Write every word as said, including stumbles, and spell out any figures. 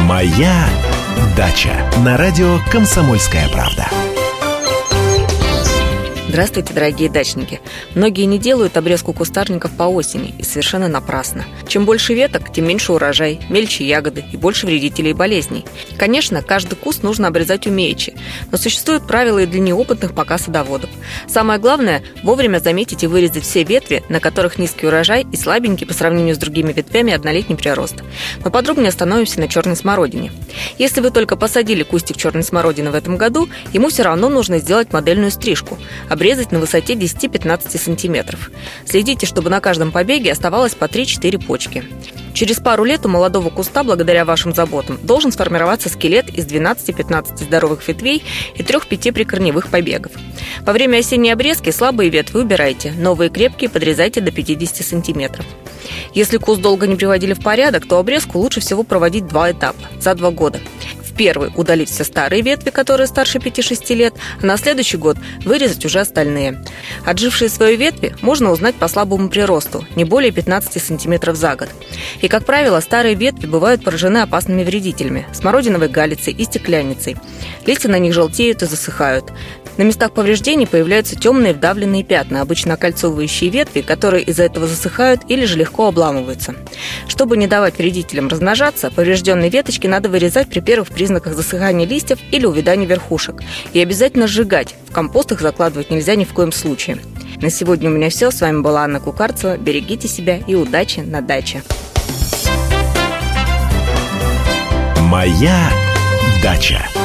Моя дача на радио «Комсомольская правда». Здравствуйте, дорогие дачники! Многие не делают обрезку кустарников по осени, и совершенно напрасно. Чем больше веток, тем меньше урожай, мельче ягоды и больше вредителей и болезней. Конечно, каждый куст нужно обрезать умеючи, но существуют правила и для неопытных пока садоводов. Самое главное – вовремя заметить и вырезать все ветви, на которых низкий урожай и слабенький по сравнению с другими ветвями однолетний прирост. Мы подробнее остановимся на черной смородине. Если вы только посадили кустик черной смородины в этом году, ему все равно нужно сделать модельную стрижку – обрезать на высоте десять-пятнадцать сантиметров. Следите, чтобы на каждом побеге оставалось по три-четыре почки. Через пару лет у молодого куста, благодаря вашим заботам, должен сформироваться скелет из двенадцати-пятнадцати здоровых ветвей и трёх-пяти прикорневых побегов. Во время осенней обрезки слабые ветви убирайте, новые крепкие подрезайте до пятидесяти сантиметров. Если куст долго не приводили в порядок, то обрезку лучше всего проводить два этапа за два года. Первый – удалить все старые ветви, которые старше пяти-шести лет, а на следующий год вырезать уже остальные. Отжившие свои ветви можно узнать по слабому приросту, не более пятнадцати сантиметров за год. И, как правило, старые ветви бывают поражены опасными вредителями – смородиновой галицей и стеклянницей. Листья на них желтеют и засыхают. На местах повреждений появляются темные вдавленные пятна, обычно окольцовывающие ветви, которые из-за этого засыхают или же легко обламываются. Чтобы не давать вредителям размножаться, поврежденные веточки надо вырезать при первых признаках засыхания листьев или увядания верхушек. И обязательно сжигать. В компост их закладывать нельзя ни в коем случае. На сегодня у меня все. С вами была Анна Кукарцева. Берегите себя и удачи на даче. Моя дача.